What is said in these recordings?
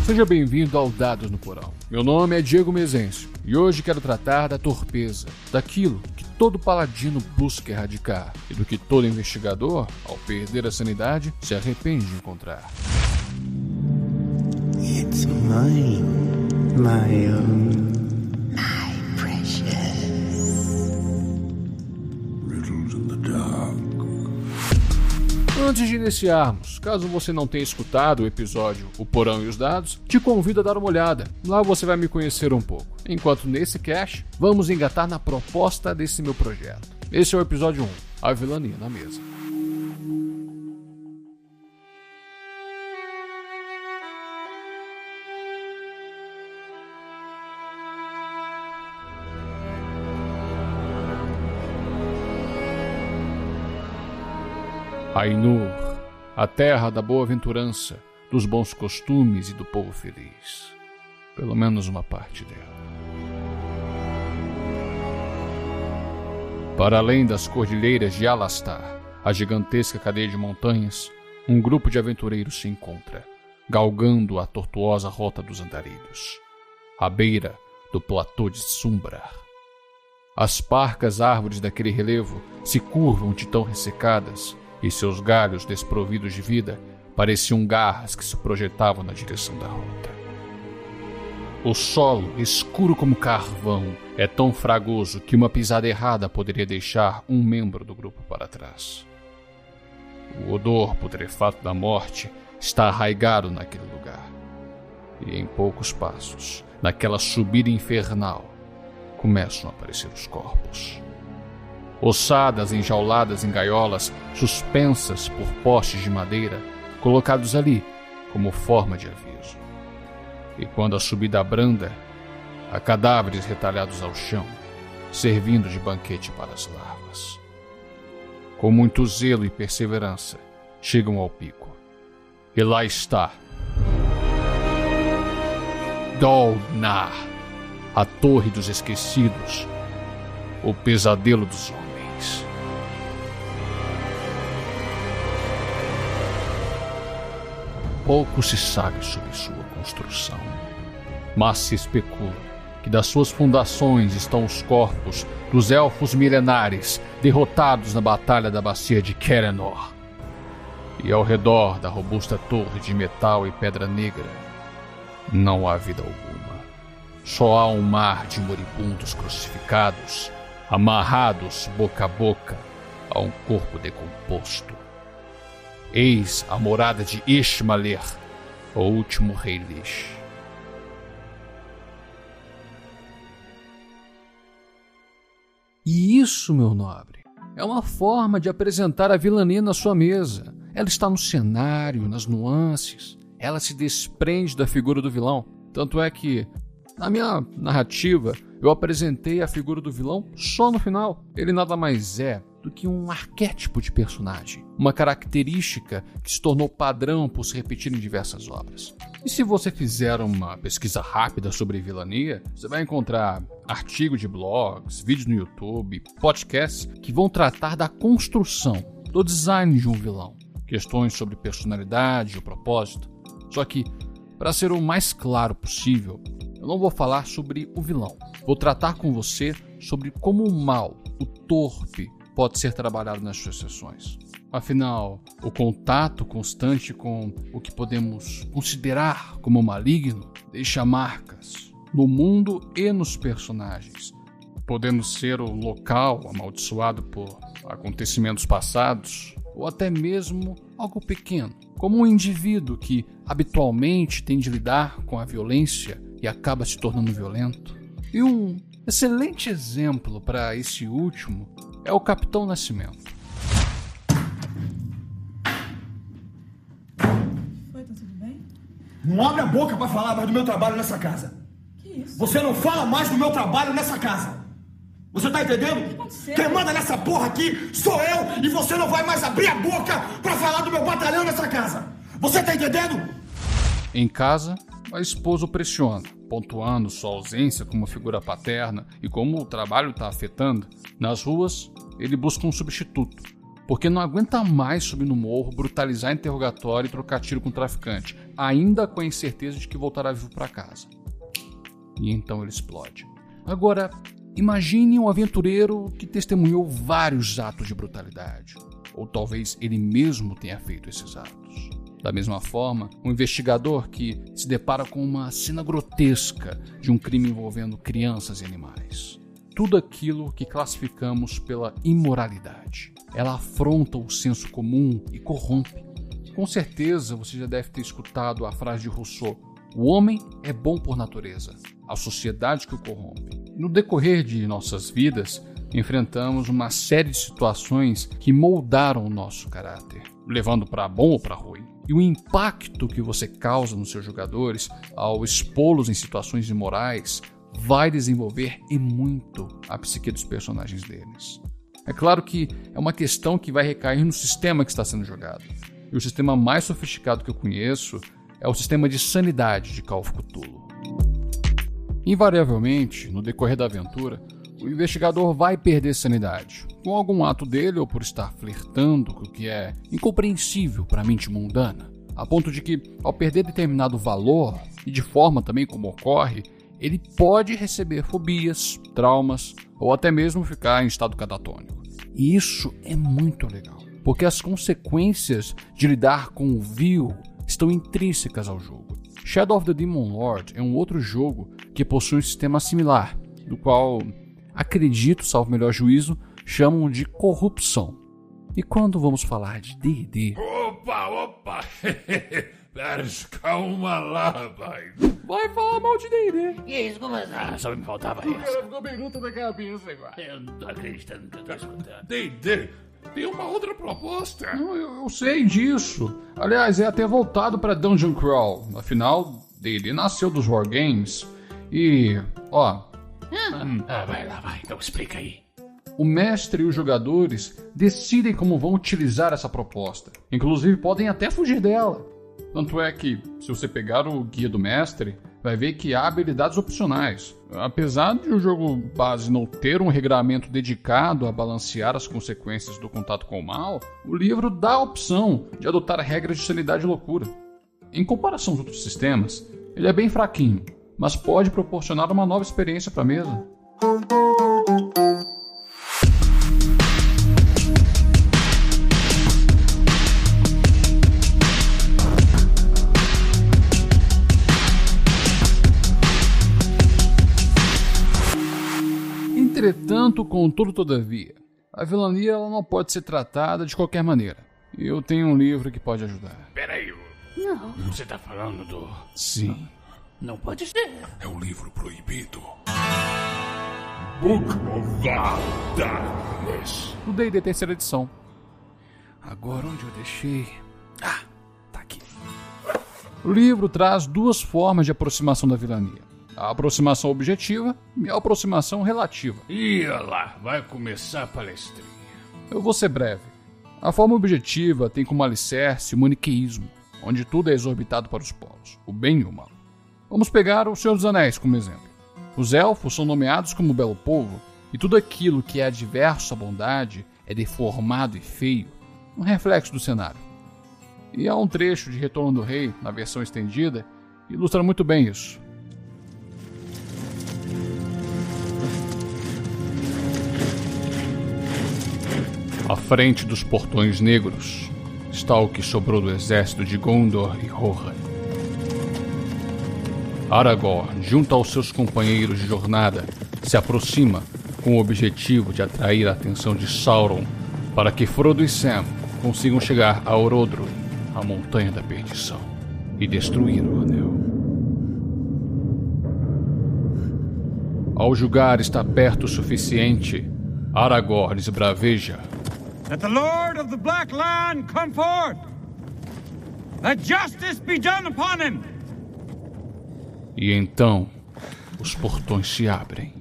Seja bem-vindo ao Dados no Porão. Meu nome é Diego Mezencio e hoje quero tratar da torpeza, daquilo que todo paladino busca erradicar e do que todo investigador, ao perder a sanidade, se arrepende de encontrar. It's mine, my own, my precious. Riddles in the dark. Antes de iniciarmos, caso você não tenha escutado o episódio O Porão e os Dados, te convido a dar uma olhada. Lá você vai me conhecer um pouco. Enquanto nesse cast, vamos engatar na proposta desse meu projeto. Esse é o episódio 1, A Vilania na Mesa. Ainur, a terra da boa-aventurança, dos bons costumes e do povo feliz. Pelo menos uma parte dela. Para além das cordilheiras de Alastar, a gigantesca cadeia de montanhas, um grupo de aventureiros se encontra, galgando a tortuosa rota dos andarilhos, à beira do platô de Sumbrar. As parcas árvores daquele relevo se curvam de tão ressecadas, e seus galhos desprovidos de vida pareciam garras que se projetavam na direção da rota. O solo, escuro como carvão, é tão fragoso que uma pisada errada poderia deixar um membro do grupo para trás. O odor putrefato da morte está arraigado naquele lugar. E em poucos passos, naquela subida infernal, começam a aparecer os corpos. Ossadas enjauladas em gaiolas, suspensas por postes de madeira, colocados ali como forma de aviso. E quando a subida abranda, há cadáveres retalhados ao chão, servindo de banquete para as larvas. Com muito zelo e perseverança, chegam ao pico. E lá está Dol Nar, a Torre dos Esquecidos, o pesadelo dos homens. Pouco se sabe sobre sua construção, mas se especula que das suas fundações estão os corpos dos elfos milenares derrotados na Batalha da Bacia de Kerenor. E ao redor da robusta torre de metal e pedra negra, não há vida alguma. Só há um mar de moribundos crucificados, amarrados boca a boca a um corpo decomposto. Eis a morada de Ishmaler, o último rei Lich. E isso, meu nobre, é uma forma de apresentar a vilania na sua mesa. Ela está no cenário, nas nuances. Ela se desprende da figura do vilão. Tanto é que, na minha narrativa, eu apresentei a figura do vilão só no final. Ele nada mais é do que um arquétipo de personagem, uma característica que se tornou padrão por se repetir em diversas obras. E se você fizer uma pesquisa rápida sobre vilania, você vai encontrar artigos de blogs, vídeos no YouTube, podcasts que vão tratar da construção, do design de um vilão, questões sobre personalidade e o propósito. Só que, para ser o mais claro possível, eu não vou falar sobre o vilão. Vou tratar com você sobre como o mal, o torpe, pode ser trabalhado nas suas sessões. Afinal, o contato constante com o que podemos considerar como maligno deixa marcas no mundo e nos personagens, podendo ser o local amaldiçoado por acontecimentos passados ou até mesmo algo pequeno, como um indivíduo que habitualmente tem de lidar com a violência e acaba se tornando violento. E um excelente exemplo para esse último é o Capitão Nascimento. Oi, tá tudo bem? Não abre a boca pra falar mais do meu trabalho nessa casa. Que isso? Você não fala mais do meu trabalho nessa casa. Você tá entendendo? O que aconteceu? Quem manda nessa porra aqui sou eu e você não vai mais abrir a boca pra falar do meu batalhão nessa casa. Você tá entendendo? Em casa, a esposa o pressiona, pontuando sua ausência como figura paterna e como o trabalho está afetando. Nas ruas, ele busca um substituto, porque não aguenta mais subir no morro, brutalizar interrogatório e trocar tiro com o traficante, ainda com a incerteza de que voltará vivo para casa. E então ele explode. Agora, imagine um aventureiro que testemunhou vários atos de brutalidade, ou talvez ele mesmo tenha feito esses atos. Da mesma forma, um investigador que se depara com uma cena grotesca de um crime envolvendo crianças e animais. Tudo aquilo que classificamos pela imoralidade. Ela afronta o senso comum e corrompe. Com certeza você já deve ter escutado a frase de Rousseau: o homem é bom por natureza, a sociedade que o corrompe. No decorrer de nossas vidas, enfrentamos uma série de situações que moldaram o nosso caráter, levando para bom ou para ruim. E o impacto que você causa nos seus jogadores ao expô-los em situações imorais vai desenvolver e muito a psique dos personagens deles. É claro que é uma questão que vai recair no sistema que está sendo jogado. E o sistema mais sofisticado que eu conheço é o sistema de sanidade de Call of Cthulhu. Invariavelmente, no decorrer da aventura, o investigador vai perder sanidade, com algum ato dele ou por estar flertando com o que é incompreensível para a mente mundana, a ponto de que, ao perder determinado valor, e de forma também como ocorre, ele pode receber fobias, traumas ou até mesmo ficar em estado catatônico. E isso é muito legal, porque as consequências de lidar com o vil estão intrínsecas ao jogo. Shadow of the Demon Lord é um outro jogo que possui um sistema similar, do qual, acredito, salvo melhor juízo, chamam de corrupção. E quando vamos falar de D&D... Opa! Calma lá, rapaz. Vai falar mal de D&D. E isso, como assim? Só me faltava isso. O cara ficou pergunta da cabeça agora. Eu não tô acreditando que eu tô escutando. D&D, tem uma outra proposta. Eu sei disso. Aliás, é até voltado para Dungeon Crawl. Afinal, D&D nasceu dos Wargames. E, ó... vai lá, então explica aí. O mestre e os jogadores decidem como vão utilizar essa proposta. Inclusive, podem até fugir dela. Tanto é que, se você pegar o guia do mestre, vai ver que há habilidades opcionais. Apesar de o jogo base não ter um regramento dedicado a balancear as consequências do contato com o mal, o livro dá a opção de adotar regras de sanidade e loucura. Em comparação aos outros sistemas, ele é bem fraquinho, mas pode proporcionar uma nova experiência para a mesa. Entretanto, contudo, todavia, a vilania ela não pode ser tratada de qualquer maneira. E eu tenho um livro que pode ajudar. Peraí, Não. você tá falando do... Sim. Não pode ser. É um livro proibido. Book of Darkness. O D&D terceira edição. Agora onde eu deixei... Ah, tá aqui. O livro traz duas formas de aproximação da vilania. A aproximação objetiva e a aproximação relativa. Ih, olha lá, vai começar a palestrinha. Eu vou ser breve. A forma objetiva tem como alicerce o maniqueísmo, onde tudo é exorbitado para os polos, o bem e o mal. Vamos pegar o Senhor dos Anéis como exemplo. Os elfos são nomeados como belo povo, e tudo aquilo que é adverso à bondade é deformado e feio, um reflexo do cenário. E há um trecho de Retorno do Rei, na versão estendida, que ilustra muito bem isso. À frente dos portões negros está o que sobrou do exército de Gondor e Rohan. Aragorn, junto aos seus companheiros de jornada, se aproxima com o objetivo de atrair a atenção de Sauron para que Frodo e Sam consigam chegar a Orodruin, a Montanha da Perdição, e destruir o Anel. Ao julgar estar perto o suficiente, Aragorn esbraveja: Let the Lord of the Black Land come forth! Let justice be done upon him! E então, os portões se abrem.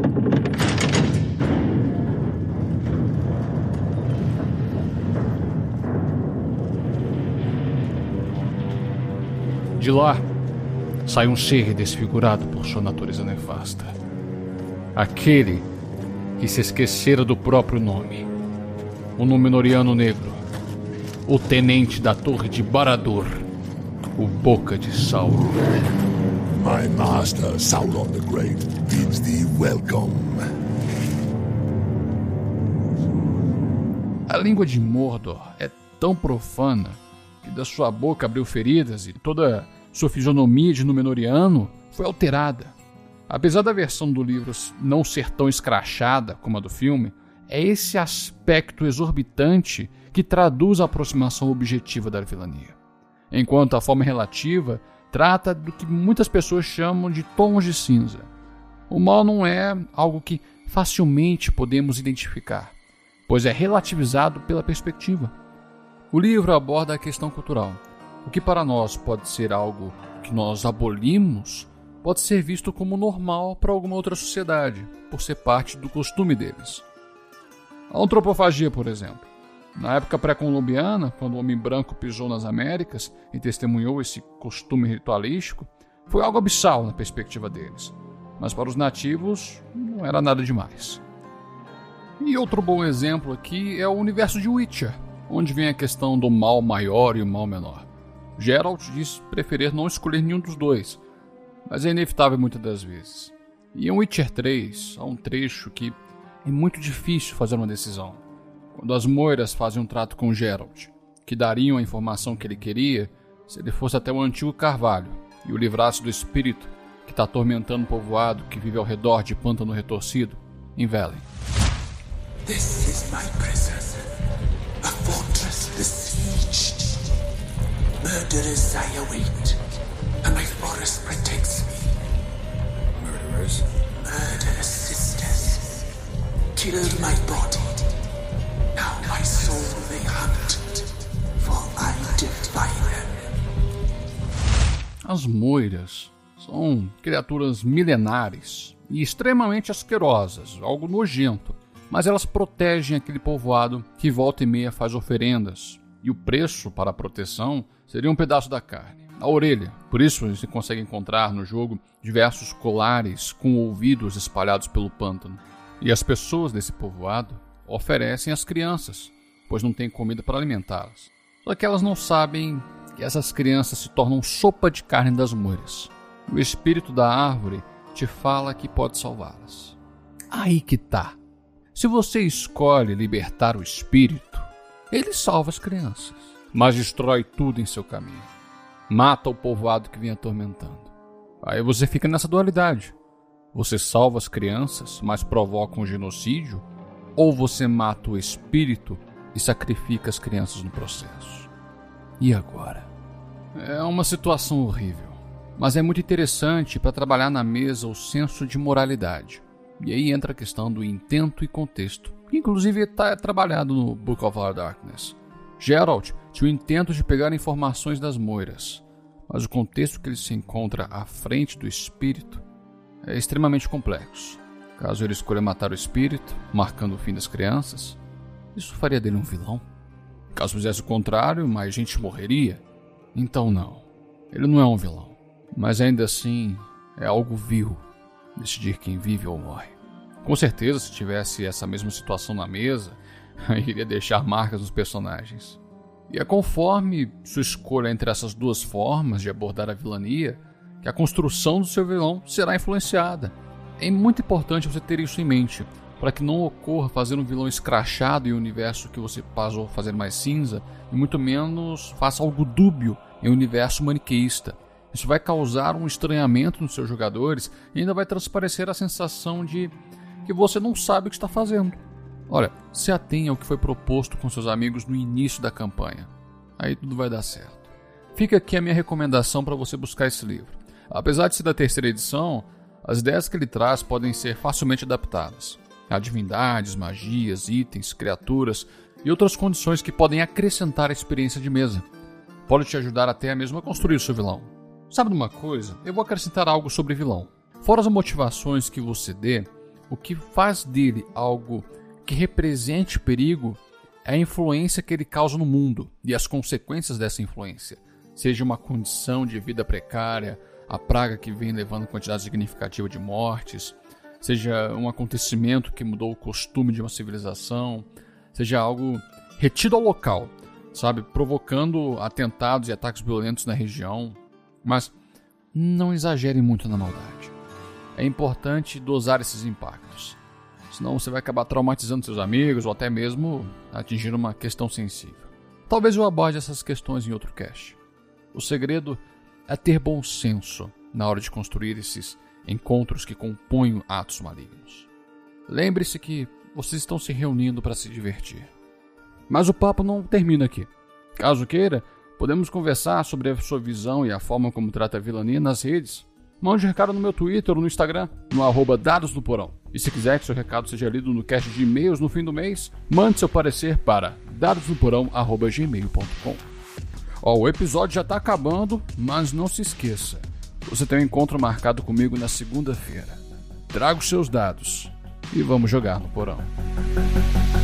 De lá, sai um ser desfigurado por sua natureza nefasta. Aquele que se esquecera do próprio nome. o Númenoriano Negro, o Tenente da Torre de Barad-dûr, o Boca de Sauron. My master, Sauron the Great, bids thee welcome. A língua de Mordor é tão profana que da sua boca abriu feridas e toda sua fisionomia de Númenoriano foi alterada. Apesar da versão do livro não ser tão escrachada como a do filme, é esse aspecto exorbitante que traduz a aproximação objetiva da vilania. Enquanto a forma relativa trata do que muitas pessoas chamam de tons de cinza. O mal não é algo que facilmente podemos identificar, pois é relativizado pela perspectiva. O livro aborda a questão cultural. O que para nós pode ser algo que nós abolimos, pode ser visto como normal para alguma outra sociedade, por ser parte do costume deles. A antropofagia, por exemplo. Na época pré-columbiana, quando o homem branco pisou nas Américas e testemunhou esse costume ritualístico, foi algo abissal na perspectiva deles. Mas para os nativos, não era nada demais. E outro bom exemplo aqui é o universo de Witcher, onde vem a questão do mal maior e o mal menor. Geralt diz preferir não escolher nenhum dos dois, mas é inevitável muitas das vezes. E em Witcher 3, há um trecho que é muito difícil fazer uma decisão. Quando as moiras fazem um trato com Geralt, que dariam a informação que ele queria se ele fosse até o antigo Carvalho e o livrasse do espírito que está atormentando o povoado que vive ao redor de Pântano Retorcido, em Velen. This is my prison, a fortress besieged. Murderers I await, and my forest protects me. Murderers? Murderous sisters. Killed my body. Now my soul they hunt, for I defy them. As moiras são criaturas milenares e extremamente asquerosas, algo nojento. Mas elas protegem aquele povoado que volta e meia faz oferendas. E o preço para a proteção seria um pedaço da carne, a orelha. Por isso você consegue encontrar no jogo diversos colares com ouvidos espalhados pelo pântano. E as pessoas desse povoado oferecem às crianças, pois não tem comida para alimentá-las. Só que elas não sabem que essas crianças se tornam sopa de carne das moiras. O espírito da árvore te fala que pode salvá-las. Aí que tá. Se você escolhe libertar o espírito, ele salva as crianças, mas destrói tudo em seu caminho. Mata o povoado que vem atormentando. Aí você fica nessa dualidade. Você salva as crianças, mas provoca um genocídio, ou você mata o espírito e sacrifica as crianças no processo. E agora? É uma situação horrível, mas é muito interessante para trabalhar na mesa o senso de moralidade. E aí entra a questão do intento e contexto, que inclusive está trabalhado no Book of Darkness. Geralt tinha o intento de pegar informações das moiras, mas o contexto que ele se encontra à frente do espírito é extremamente complexo. Caso ele escolha matar o espírito, marcando o fim das crianças, isso faria dele um vilão? Caso fizesse o contrário, mais gente morreria? Então não, ele não é um vilão, mas ainda assim é algo vil. Decidir quem vive ou morre. Com certeza, se tivesse essa mesma situação na mesa, iria deixar marcas nos personagens. E é conforme sua escolha entre essas duas formas de abordar a vilania que a construção do seu vilão será influenciada. É muito importante você ter isso em mente, para que não ocorra fazer um vilão escrachado em um universo que você passou a fazer mais cinza, e muito menos faça algo dúbio em um universo maniqueísta. Isso vai causar um estranhamento nos seus jogadores e ainda vai transparecer a sensação de que você não sabe o que está fazendo. Olha, se atenha ao que foi proposto com seus amigos no início da campanha. Aí tudo vai dar certo. Fica aqui a minha recomendação para você buscar esse livro. Apesar de ser da terceira edição, as ideias que ele traz podem ser facilmente adaptadas. Há divindades, magias, itens, criaturas e outras condições que podem acrescentar a experiência de mesa. Pode te ajudar até mesmo a construir o seu vilão. Sabe de uma coisa? Eu vou acrescentar algo sobre vilão. Fora as motivações que você dê, o que faz dele algo que represente perigo é a influência que ele causa no mundo e as consequências dessa influência. Seja uma condição de vida precária, a praga que vem levando quantidade significativa de mortes, seja um acontecimento que mudou o costume de uma civilização, seja algo retido ao local, sabe? Provocando atentados e ataques violentos na região. Mas não exagere muito na maldade. É importante dosar esses impactos. Senão você vai acabar traumatizando seus amigos ou até mesmo atingir uma questão sensível. Talvez eu aborde essas questões em outro cast. O segredo é ter bom senso na hora de construir esses encontros que compõem atos malignos. Lembre-se que vocês estão se reunindo para se divertir. Mas o papo não termina aqui. Caso queira, podemos conversar sobre a sua visão e a forma como trata a vilania nas redes. Mande recado no meu Twitter ou no Instagram, no @dadosdoporão. E se quiser que seu recado seja lido no cast de e-mails no fim do mês, mande seu parecer para dadosdoporão@gmail.com. O episódio já está acabando, mas não se esqueça. Você tem um encontro marcado comigo na segunda-feira. Traga os seus dados e vamos jogar no porão.